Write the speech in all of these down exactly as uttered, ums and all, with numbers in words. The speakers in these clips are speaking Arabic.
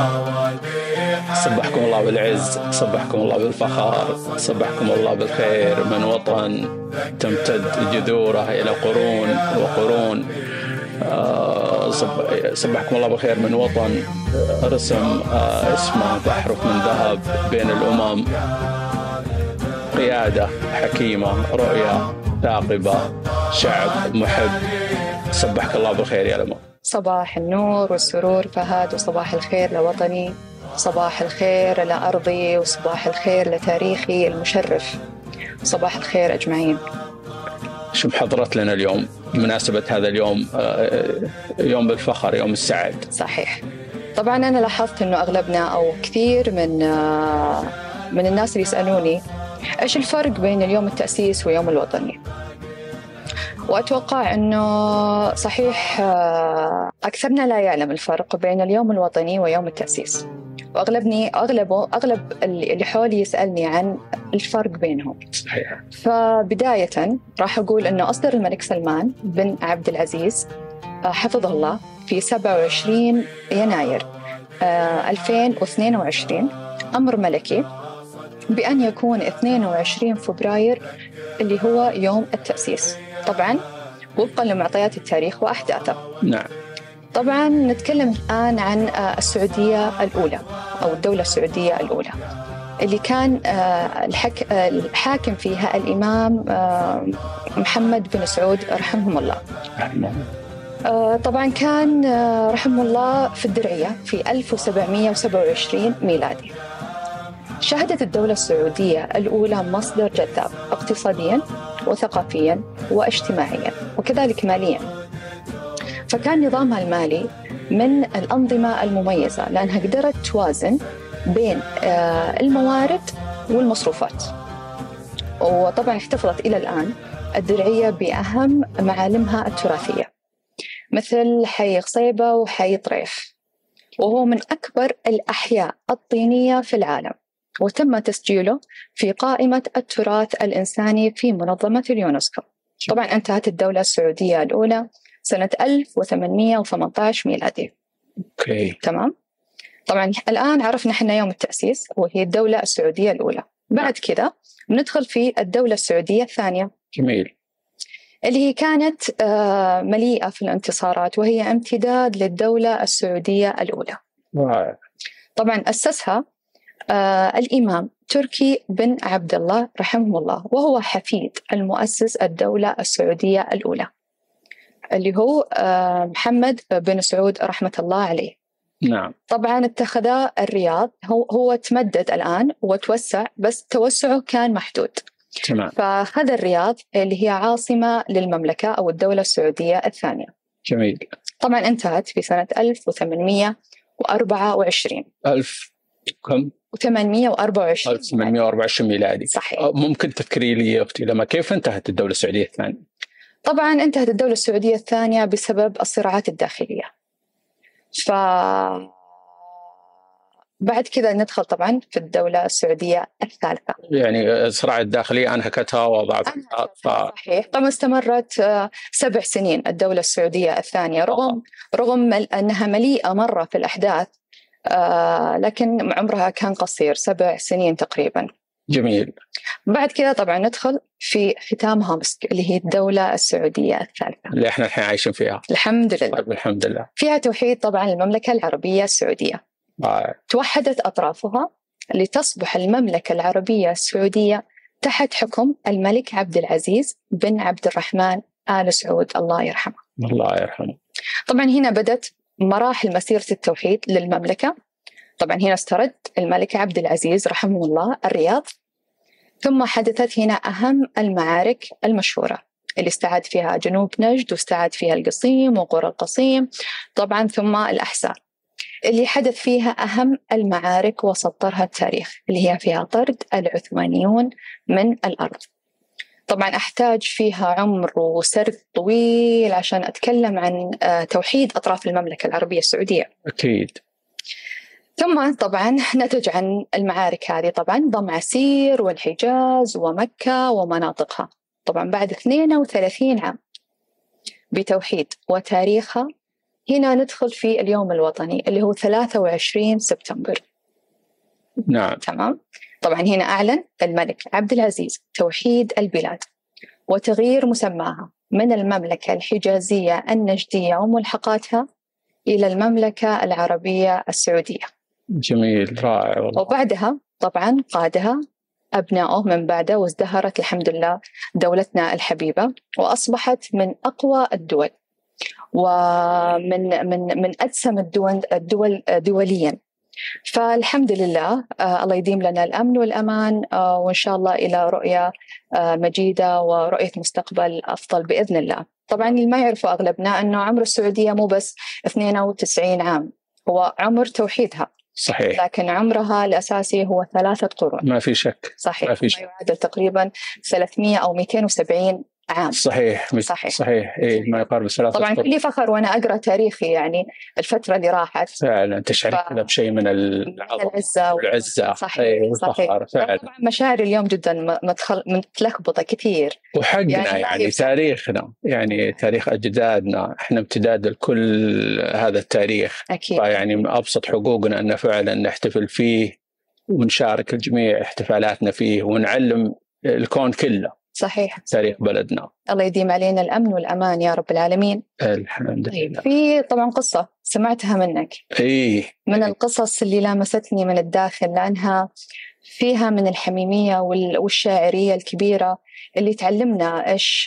صبحكم الله بالعز، صبحكم الله بالفخار، صبحكم الله بالخير من وطن تمتد جذوره إلى قرون وقرون. صبحكم الله بالخير من وطن رسم اسمه بأحرف من ذهب بين الأمم، قيادة حكيمة، رؤية ثاقبة، شعب محب. صبحك الله بالخير يا لما. صباح النور والسرور فهد، وصباح الخير لوطني، صباح الخير لأرضي، وصباح الخير لتاريخي المشرف، صباح الخير أجمعين. شو محضرت لنا اليوم بمناسبة هذا اليوم، يوم بالفخر، يوم السعد؟ صحيح. طبعا أنا لاحظت أنه أغلبنا أو كثير من من الناس اللي يسألوني إيش الفرق بين اليوم التأسيس ويوم الوطني، وأتوقع أنه صحيح أكثرنا لا يعلم الفرق بين اليوم الوطني ويوم التأسيس، وأغلبني أغلبه أغلب اللي حولي يسألني عن الفرق بينهم. صحيح. فبداية راح أقول أنه أصدر الملك سلمان بن عبد العزيز حفظه الله في سبعة وعشرين يناير ألفين واثنين وعشرين أمر ملكي بأن يكون اثنين وعشرين فبراير اللي هو يوم التأسيس، طبعاً وفقاً لمعطيات التاريخ وأحداثه. نعم. طبعاً نتكلم الآن عن السعودية الأولى أو الدولة السعودية الأولى اللي كان الحك... الحاكم فيها الإمام محمد بن سعود رحمه الله. طبعاً كان رحمه الله في الدرعية في ألف وسبعمائة وسبعة وعشرين ميلادي. شهدت الدولة السعودية الأولى مصدر جذاب اقتصادياً وثقافياً واجتماعياً وكذلك مالياً، فكان نظامها المالي من الأنظمة المميزة لأنها قدرت توازن بين الموارد والمصروفات. وطبعاً احتفظت إلى الآن الدرعية بأهم معالمها التراثية مثل حي غصيبة وحي طريف، وهو من أكبر الأحياء الطينية في العالم، وتم تسجيله في قائمة التراث الإنساني في منظمة اليونسكو. طبعاً انتهت الدولة السعودية الأولى سنة ألف وثمانمائة وثمانية عشر ميلادي. أوكي. تمام. طبعاً الآن عرفنا إحنا يوم التأسيس وهي الدولة السعودية الأولى. بعد كذا بندخل في الدولة السعودية الثانية. جميل. اللي هي كانت مليئة في الانتصارات، وهي امتداد للدولة السعودية الأولى. واو. طبعاً أسسها آه الإمام تركي بن عبد الله رحمه الله، وهو حفيد المؤسس الدولة السعودية الأولى اللي هو آه محمد بن سعود رحمة الله عليه. نعم. طبعا اتخذ الرياض، هو هو تمدد الآن وتوسع، بس توسعه كان محدود. تمام. فأخذ الرياض اللي هي عاصمة للمملكة أو الدولة السعودية الثانية. جميل. طبعا انتهت في سنة ألف وثمانمائة وأربعة وعشرين. ألف كم؟ وثمانمائة وأربعة وعشرين. ألف وثمانمائة وأربعة وعشرين ميلادي. صحيح. ممكن تذكري لي يا أختي لما كيف انتهت الدولة السعودية الثانية؟ طبعاً انتهت الدولة السعودية الثانية بسبب الصراعات الداخلية. ف بعد كذا ندخل طبعاً في الدولة السعودية الثالثة. يعني الصراع الداخلية أنهكتها وضعفتها. ف... صحيح. طبعاً استمرت سبع سنين الدولة السعودية الثانية، رغم رغم أنها مليئة مرة في الأحداث، آه لكن عمرها كان قصير، سبع سنين تقريباً. جميل. بعد كذا طبعا ندخل في ختامها مسك اللي هي الدولة السعودية الثالثة اللي احنا الحين عايشين فيها. الحمد لله. طيب الحمد لله. فيها توحيد طبعا المملكة العربية السعودية. آه. توحدت أطرافها لتصبح المملكة العربية السعودية تحت حكم الملك عبد العزيز بن عبد الرحمن آل سعود الله يرحمه. الله يرحمه. طبعا هنا بدت مراحل مسيرة التوحيد للمملكة. طبعا هنا استرد الملك عبد العزيز رحمه الله الرياض، ثم حدثت هنا أهم المعارك المشهورة اللي استعاد فيها جنوب نجد واستعاد فيها القصيم وقرى القصيم طبعا، ثم الأحساء اللي حدث فيها أهم المعارك وسطرها التاريخ اللي هي فيها طرد العثمانيون من الأرض. طبعا أحتاج فيها عمر وسرد طويل عشان أتكلم عن توحيد أطراف المملكة العربية السعودية. أكيد. ثم طبعا نتج عن المعارك هذه طبعا ضم عسير والحجاز ومكة ومناطقها. طبعا بعد اثنين وثلاثين عام بتوحيد وتاريخها هنا ندخل في اليوم الوطني اللي هو ثلاثة وعشرين سبتمبر. نعم. تمام. طبعا هنا أعلن الملك عبد العزيز توحيد البلاد وتغيير مسماها من المملكة الحجازية النجدية وملحقاتها إلى المملكة العربية السعودية. جميل، رائع والله. وبعدها طبعا قادها أبنائه من بعده، وازدهرت الحمد لله دولتنا الحبيبة، وأصبحت من أقوى الدول ومن من من أدسم الدول الدول دوليا. فالحمد لله آه الله يديم لنا الأمن والأمان، آه وإن شاء الله إلى رؤية آه مجيدة ورؤية مستقبل أفضل بإذن الله. طبعا اللي ما يعرفوا أغلبنا أنه عمر السعودية مو بس اثنين وتسعين عام، هو عمر توحيدها. صحيح. لكن عمرها الأساسي هو ثلاثة قرون. ما في شك. صحيح. ما في شك. ما يعادل تقريبا ثلاثمئة أو مئتين وسبعين عام. صحيح. صحيح. صحيح. إيه ما يقارب ثلاثة. طبعا كل فخر وأنا أقرأ تاريخي يعني الفترة اللي راحت. فعلا تشعر ف... بشيء من العزة والعزة. صحيح. إيه صحيح. فعلا. طبعا مشاعري اليوم جدا متخل... متلخبطة كثير. وحقنا يعني, يعني تاريخنا يعني تاريخ أجدادنا، إحنا امتداد لكل هذا التاريخ. أكيد. يعني من أبسط حقوقنا أن فعلا نحتفل فيه ونشارك الجميع احتفالاتنا فيه ونعلم الكون كله. صحيح. تاريخ بلدنا. الله يديم علينا الأمن والأمان يا رب العالمين. الحمد لله. في طبعا قصة سمعتها منك. إيه. من القصص اللي لامستني من الداخل، لأنها فيها من الحميمية والشاعرية الكبيرة اللي تعلمنا إيش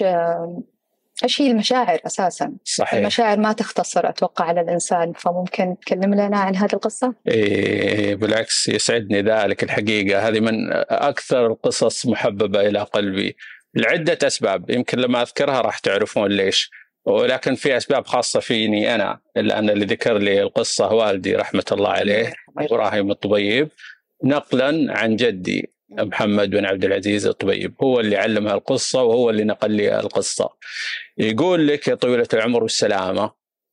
إيش هي المشاعر أساساً. صحيح. المشاعر ما تختصر أتوقع على الإنسان، فممكن تكلم لنا عن هذه القصة؟ إيه بالعكس يسعدني ذلك الحقيقة. هذه من أكثر القصص محببة إلى قلبي لعدة أسباب، يمكن لما أذكرها راح تعرفون ليش، ولكن في أسباب خاصة فيني أنا، لأن اللي ذكر لي القصة والدي رحمة الله عليه إبراهيم الطبيب، نقلا عن جدي محمد بن عبد العزيز الطبيب، هو اللي علمها القصة وهو اللي نقل لي القصة. يقول لك يا طويلة العمر والسلامة،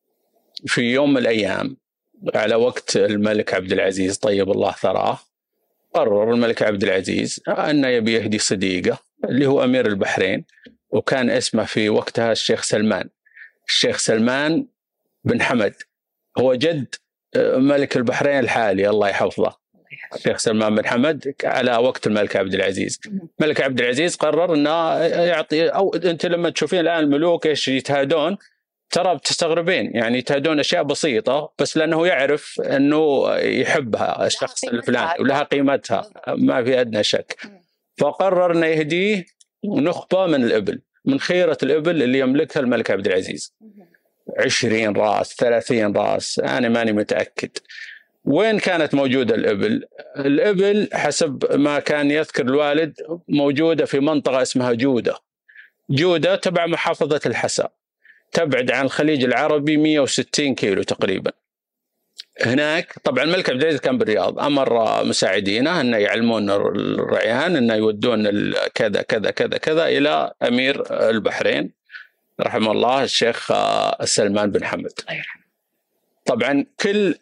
في يوم من الأيام على وقت الملك عبد العزيز طيب الله ثراه، قرر الملك عبد العزيز أن يبي يهدي صديقه اللي هو أمير البحرين، وكان اسمه في وقتها الشيخ سلمان. الشيخ سلمان بن حمد هو جد ملك البحرين الحالي الله يحفظه، الشيخ سلمان بن حمد على وقت الملك عبد العزيز. الملك عبد العزيز قرر انه يعطي، او انت لما تشوفين الان الملوك ايش يتهادون، ترى بتستغربين يعني يتهادون اشياء بسيطه بس لانه يعرف انه يحبها الشخص الفلاني ولها قيمتها ما في ادنى شك. فقرر انه يهديه نخبه من الابل، من خيره الابل اللي يملكها الملك عبد العزيز، عشرين راس ثلاثين راس انا ماني متاكد وين كانت موجودة الإبل. الإبل حسب ما كان يذكر الوالد موجودة في منطقة اسمها جودة. جودة تبع محافظة الحسا، تبعد عن الخليج العربي مئة وستين كيلو تقريبا. هناك طبعا الملك عبد العزيز كان بالرياض، أمر مساعدينه أن يعلمون الرعيان أن يودون كذا كذا كذا كذا إلى أمير البحرين رحمه الله الشيخ سلمان بن حمد. طبعا كل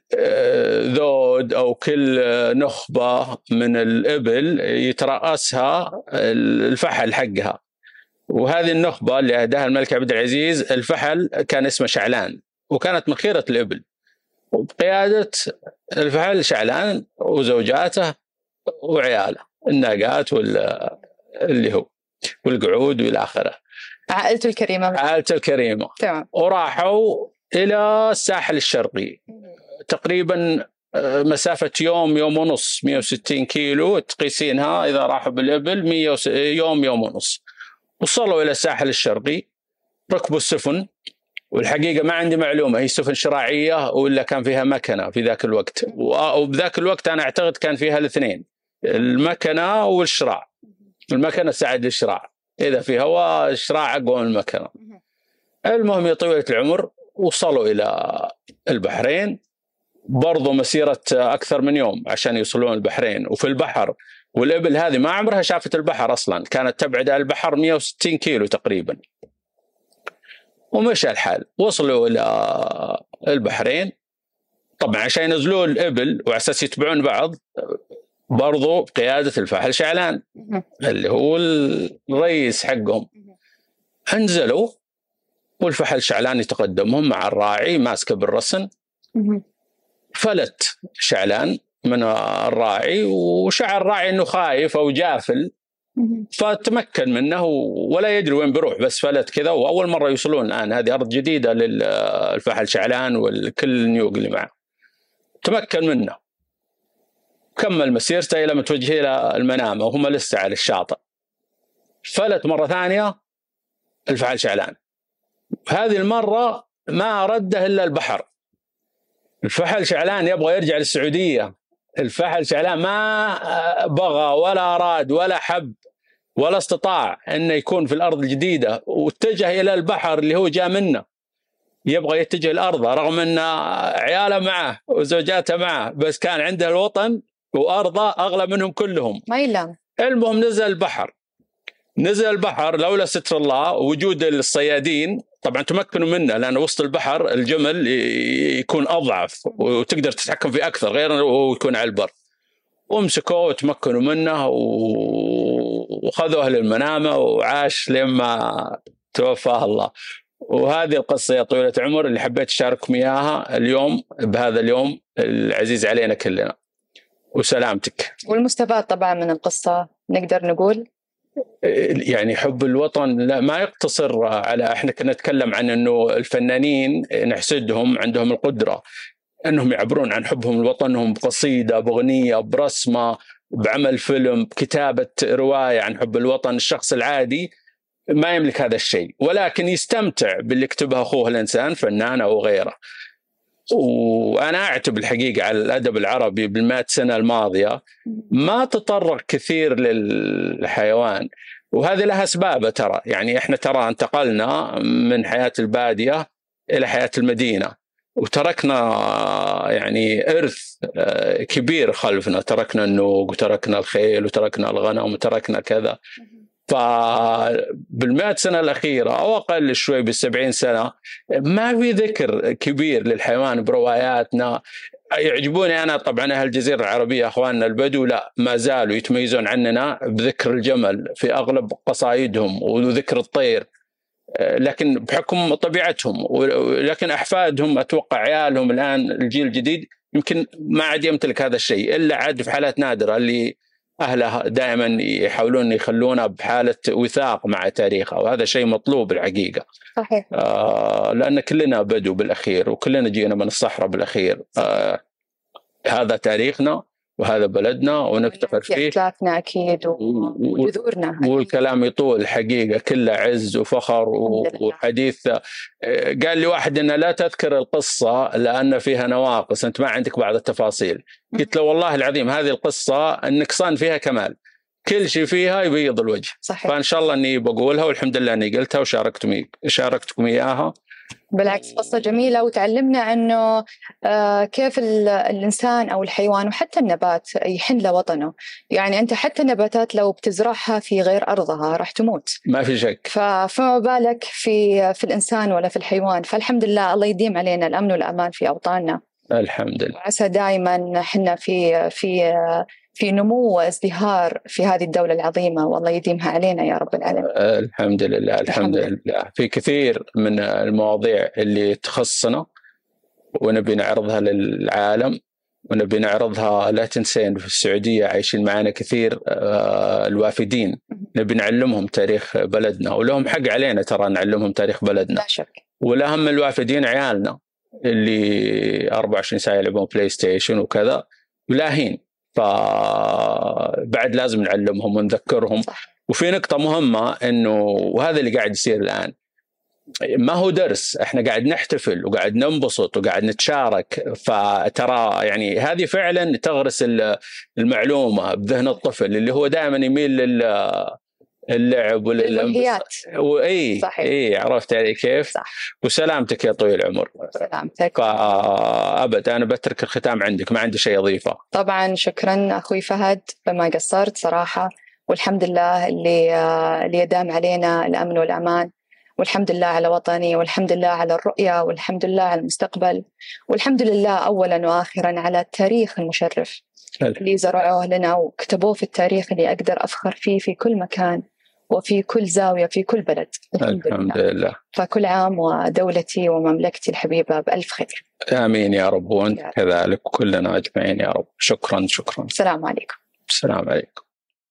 ذود أو كل نخبة من الإبل يترأسها الفحل حقها، وهذه النخبة اللي أهداها الملك عبد العزيز الفحل كان اسمه شعلان، وكانت من خيرة الإبل وبقيادة الفحل شعلان وزوجاته وعياله الناقات واللي هو والقعود والى آخره، عائلته الكريمة. عائلته الكريمة. تمام. وراحوا إلى الساحل الشرقي تقريبا مسافة يوم يوم ونص، مئة وستين كيلو تقيسينها إذا راحوا بالإبل مئة يوم يوم ونص. وصلوا إلى الساحل الشرقي، ركبوا السفن، والحقيقة ما عندي معلومة هي سفن شراعية ولا كان فيها مكنة في ذاك الوقت، وبذاك الوقت أنا أعتقد كان فيها الاثنين، المكنة والشراع. المكنة ساعد الشراع، إذا في هواء الشراع أقوى من المكنة. المهم يا طويلة العمر وصلوا إلى البحرين، برضو مسيرة أكثر من يوم عشان يوصلون البحرين، وفي البحر والإبل هذه ما عمرها شافت البحر أصلا، كانت تبعد عن البحر مئة وستين كيلو تقريبا. ومشى الحال وصلوا إلى البحرين، طبعا عشان ينزلوا الإبل وعساس يتبعون بعض برضو بقيادة الفاحل والفحل شعلان يتقدمهم مع الراعي ماسكه بالرسن. فلت شعلان من الراعي وشعر الراعي انه خايف او جافل، فتمكن منه ولا يدري وين بيروح، بس فلت كذا. واول مره يوصلون الان، هذه ارض جديده للفحل شعلان والكل النيوق اللي معه. تمكن منه، كمل مسيرته الى متوجه الى المنامه وهم لسه على الشاطئ. فلت مره ثانيه الفحل شعلان، هذه المره ما رده الا البحر. الفحل شعلان يبغى يرجع للسعوديه، الفحل شعلان ما بغى ولا أراد ولا حب ولا استطاع أنه يكون في الأرض الجديدة، واتجه إلى البحر اللي هو جاء منه. يبغى يتجه الأرض رغم أن عياله معه وزوجاته معه، بس كان عنده الوطن وأرضه أغلى منهم كلهم. ما يلام. المهم نزل البحر، نزل البحر لولا ستر الله وجود الصيادين. طبعا تمكنوا منه لأن وسط البحر الجمل يكون أضعف وتقدر تتحكم فيه أكثر غير أنه يكون على البر. ومسكوه وتمكنوا منه وخذوه للمنامة وعاش لما توفاه الله. وهذه القصة يا طويلة عمر اللي حبيت أشارككم إياها اليوم بهذا اليوم العزيز علينا كلنا. وسلامتك. والمستفاد طبعا من القصة نقدر نقول يعني حب الوطن لا ما يقتصر على، احنا كنا نتكلم عن انه الفنانين نحسدهم عندهم القدرة انهم يعبرون عن حبهم لوطنهم بقصيدة، باغنية، برسمة، بعمل فيلم، بكتابة رواية عن حب الوطن. الشخص العادي ما يملك هذا الشيء، ولكن يستمتع باللي يكتبها اخوه الانسان فنان او غيره. وأنا أعتب الحقيقة على الأدب العربي بالمئة سنة الماضية ما تطرق كثير للحيوان، وهذه لها أسباب ترى. يعني إحنا ترى انتقلنا من حياة البادية إلى حياة المدينة، وتركنا يعني إرث كبير خلفنا، تركنا النوق وتركنا الخيل وتركنا الغنم وتركنا كذا. فبالمئة سنة الأخيرة أو أقل شوي بالسبعين سنة ما في ذكر كبير للحيوان برواياتنا. يعجبوني أنا طبعا أهل الجزيرة العربية أخواننا البدو لا ما زالوا يتميزون عننا بذكر الجمل في أغلب قصائدهم وذكر الطير، لكن بحكم طبيعتهم. لكن أحفادهم أتوقع عيالهم الآن الجيل الجديد يمكن ما عاد يمتلك هذا الشيء، إلا عاد في حالات نادرة اللي أهله دائما يحاولون يخلونه بحالة وثاق مع تاريخه، وهذا شيء مطلوب الحقيقة. صحيح. آه لأن كلنا بدو بالأخير وكلنا جينا من الصحراء بالأخير. آه هذا تاريخنا وهذا بلدنا ونفتخر فيه. اختلافنا أكيد وجذورنا. والكلام يطول الحقيقة كله عز وفخر وحديث. قال لي واحد إن لا تذكر القصة لأن فيها نواقص، أنت ما عندك بعض التفاصيل. قلت له والله العظيم هذه القصة النقصان فيها كمال، كل شيء فيها يبيض الوجه. صحيح. فإن شاء الله أني بقولها والحمد لله أني قلتها وشاركتكم شاركتكم إياها. بالعكس قصة جميلة وتعلمنا أنه كيف الإنسان أو الحيوان وحتى النبات يحن لوطنه. يعني أنت حتى النباتات لو بتزرعها في غير أرضها راح تموت، ما في شك. فما بالك في في الإنسان ولا في الحيوان. فالحمد لله الله يديم علينا الأمن والأمان في أوطاننا. الحمد لله. وعسى دائما احنا في في في نمو وازدهار في هذه الدولة العظيمة، والله يديمها علينا يا رب العالمين. الحمد لله. الحمد لله. في كثير من المواضيع اللي تخصنا ونبي نعرضها للعالم ونبي نعرضها. لا تنسين في السعودية عايشين معنا كثير الوافدين، نبي نعلمهم تاريخ بلدنا ولهم حق علينا ترى نعلمهم تاريخ بلدنا. لا شك. والأهم الوافدين عيالنا اللي أربعة وعشرين ساعة يلعبون بلاي ستيشن وكذا ولاهين، فبعد لازم نعلمهم ونذكرهم. وفي نقطة مهمة إنه وهذا اللي قاعد يصير الآن ما هو درس، احنا قاعد نحتفل وقاعد ننبسط وقاعد نتشارك. فترى يعني هذه فعلا تغرس المعلومة بذهن الطفل اللي هو دائما يميل للعب والانبساط. واي اي عرفت علي كيف؟ صح. وسلامتك يا طويل العمر. سلامتك. فأبد أنا بترك الختام عندك، ما عندي شيء أضيفه. طبعا شكرا أخوي فهد، فما قصرت صراحة. والحمد لله اللي اللي يدام علينا الأمن والأمان، والحمد لله على وطني، والحمد لله على الرؤية، والحمد لله على المستقبل، والحمد لله أولا وآخرا على التاريخ المشرف اللي زرعوه لنا وكتبوه في التاريخ اللي أقدر أفخر فيه في كل مكان وفي كل زاوية في كل بلد. الحمد, الحمد لله. لله. فكل عام ودولتي ومملكتي الحبيبة بألف خير. آمين يا رب، وأنت كذلك، كلنا أجمعين يا رب. شكرا شكرا. السلام عليكم. السلام عليكم.